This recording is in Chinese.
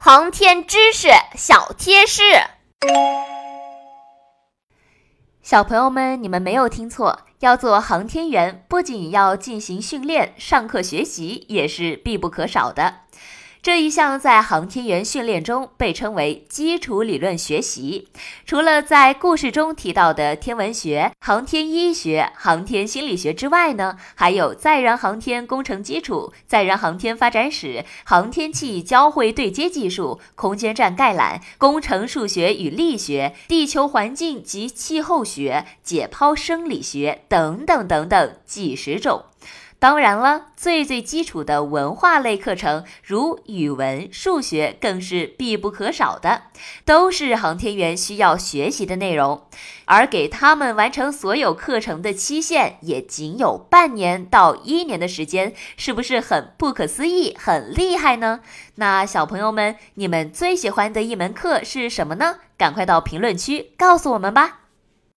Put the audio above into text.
航天知识小贴士。小朋友们，你们没有听错，要做航天员，不仅要进行训练，上课学习也是必不可少的。这一项在航天员训练中被称为基础理论学习。除了在故事中提到的天文学、航天医学、航天心理学之外呢，还有载人航天工程基础、载人航天发展史、航天器交会对接技术、空间站概览、工程数学与力学、地球环境及气候学、解剖生理学等等等等几十种。当然了，最基础的文化类课程，如语文、数学更是必不可少的，都是航天员需要学习的内容。而给他们完成所有课程的期限也仅有半年到1年的时间，是不是很不可思议，很厉害呢？那小朋友们，你们最喜欢的一门课是什么呢？赶快到评论区告诉我们吧。